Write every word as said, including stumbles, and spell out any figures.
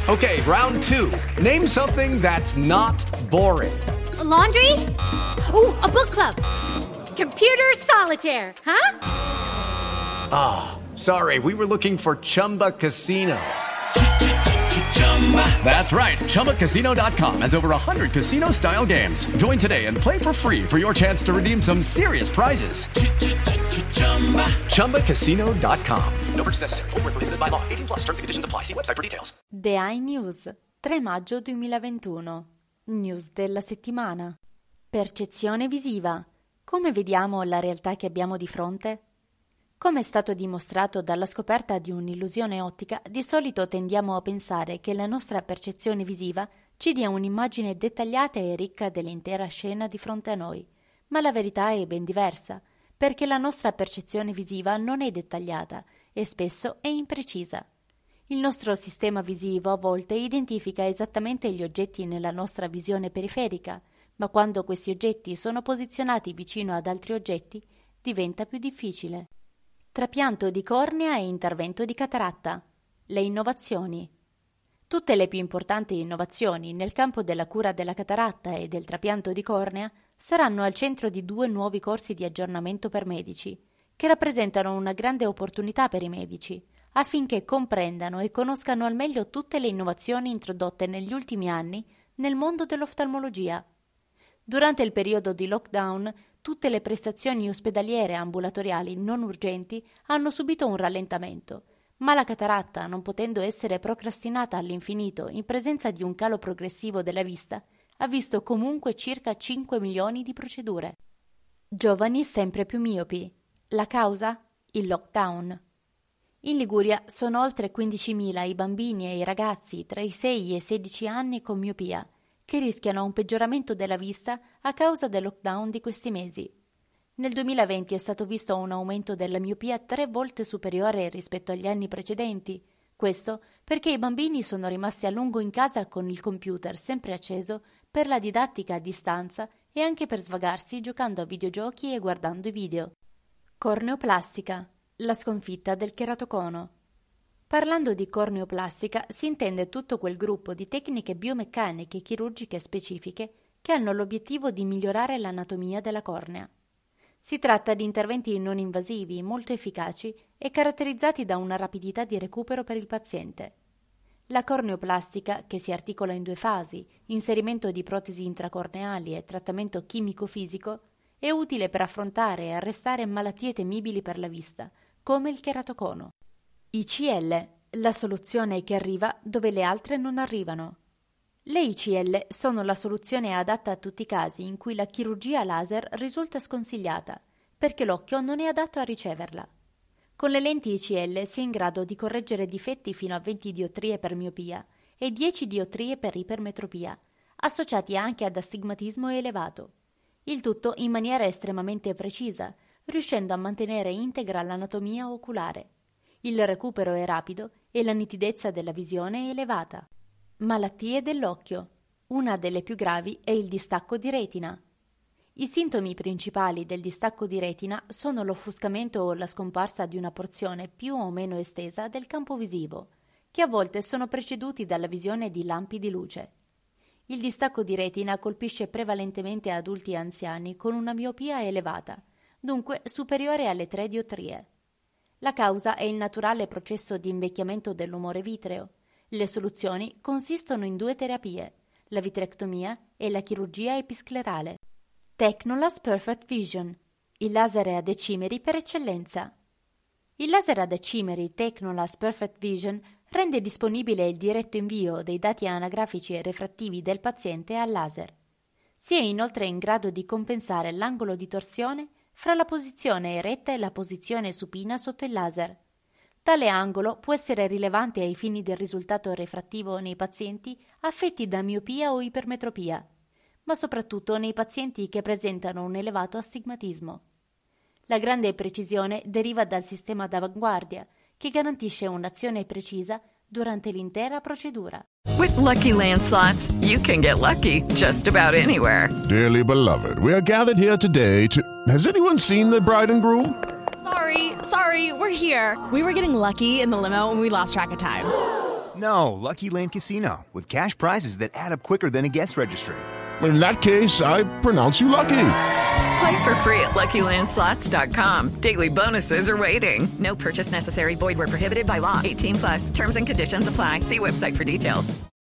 Okay, round two. Name something that's not boring. A laundry? Ooh, a book club. Computer solitaire, huh? Ah, oh, sorry, we were looking for Chumba Casino. That's right, Chumba Casino dot com has over one hundred casino-style games. Join today and play for free for your chance to redeem some serious prizes. Chumba Casino dot com. No purchase necessary. Void where prohibited by law. eighteen plus terms and conditions apply. See website for details. The iNews, tre maggio duemilaventuno. News della settimana. Percezione visiva. Come vediamo la realtà che abbiamo di fronte? Come è stato dimostrato dalla scoperta di un'illusione ottica, di solito tendiamo a pensare che la nostra percezione visiva ci dia un'immagine dettagliata e ricca dell'intera scena di fronte a noi. Ma la verità è ben diversa, perché la nostra percezione visiva non è dettagliata e spesso è imprecisa. Il nostro sistema visivo a volte identifica esattamente gli oggetti nella nostra visione periferica, ma quando questi oggetti sono posizionati vicino ad altri oggetti, diventa più difficile. Trapianto di cornea e intervento di cataratta. Le innovazioni. Tutte le più importanti innovazioni nel campo della cura della cataratta e del trapianto di cornea saranno al centro di due nuovi corsi di aggiornamento per medici, che rappresentano una grande opportunità per i medici, affinché comprendano e conoscano al meglio tutte le innovazioni introdotte negli ultimi anni nel mondo dell'oftalmologia. Durante il periodo di lockdown, tutte le prestazioni ospedaliere e ambulatoriali non urgenti hanno subito un rallentamento, ma la cataratta, non potendo essere procrastinata all'infinito in presenza di un calo progressivo della vista, ha visto comunque circa cinque milioni di procedure. Giovani sempre più miopi. La causa? Il lockdown. In Liguria sono oltre quindicimila i bambini e i ragazzi tra i sei e i sedici anni con miopia, che rischiano un peggioramento della vista a causa del lockdown di questi mesi. Nel duemilaventi è stato visto un aumento della miopia tre volte superiore rispetto agli anni precedenti. Questo perché i bambini sono rimasti a lungo in casa con il computer sempre acceso per la didattica a distanza e anche per svagarsi giocando a videogiochi e guardando i video. Corneoplastica, la sconfitta del keratocono. Parlando di corneoplastica si intende tutto quel gruppo di tecniche biomeccaniche chirurgiche specifiche che hanno l'obiettivo di migliorare l'anatomia della cornea. Si tratta di interventi non invasivi, molto efficaci e caratterizzati da una rapidità di recupero per il paziente. La corneoplastica, che si articola in due fasi, inserimento di protesi intracorneali e trattamento chimico-fisico, è utile per affrontare e arrestare malattie temibili per la vista, come il keratocono. I C L, la soluzione che arriva dove le altre non arrivano. Le I C L sono la soluzione adatta a tutti i casi in cui la chirurgia laser risulta sconsigliata, perché l'occhio non è adatto a riceverla. Con le lenti I C L si è in grado di correggere difetti fino a venti diottrie per miopia e dieci diottrie per ipermetropia, associati anche ad astigmatismo elevato. Il tutto in maniera estremamente precisa, riuscendo a mantenere integra l'anatomia oculare. Il recupero è rapido e la nitidezza della visione è elevata. Malattie dell'occhio. Una delle più gravi è il distacco di retina. I sintomi principali del distacco di retina sono l'offuscamento o la scomparsa di una porzione più o meno estesa del campo visivo, che a volte sono preceduti dalla visione di lampi di luce. Il distacco di retina colpisce prevalentemente adulti e anziani con una miopia elevata, dunque superiore alle tre diottrie. La causa è il naturale processo di invecchiamento dell'umore vitreo. Le soluzioni consistono in due terapie, la vitrectomia e la chirurgia episclerale. Technolas Perfect Vision, il laser a decimeri per eccellenza. Il laser a decimeri Technolas Perfect Vision rende disponibile il diretto invio dei dati anagrafici e refrattivi del paziente al laser. Si è inoltre in grado di compensare l'angolo di torsione fra la posizione eretta e la posizione supina sotto il laser. Tale angolo può essere rilevante ai fini del risultato refrattivo nei pazienti affetti da miopia o ipermetropia, ma soprattutto nei pazienti che presentano un elevato astigmatismo. La grande precisione deriva dal sistema d'avanguardia, che garantisce un'azione precisa durante l'intera procedura. With Lucky Land Slots, you can get lucky just about anywhere. Dearly beloved, we are gathered here today to... Has anyone seen the bride and groom? Sorry, sorry, we're here. We were getting lucky in the limo and we lost track of time. No, Lucky Land Casino, with cash prizes that add up quicker than a guest registry. In that case, I pronounce you lucky. Play for free at Lucky Land Slots dot com. Daily bonuses are waiting. No purchase necessary. Void where prohibited by law. eighteen plus. Terms and conditions apply. See website for details.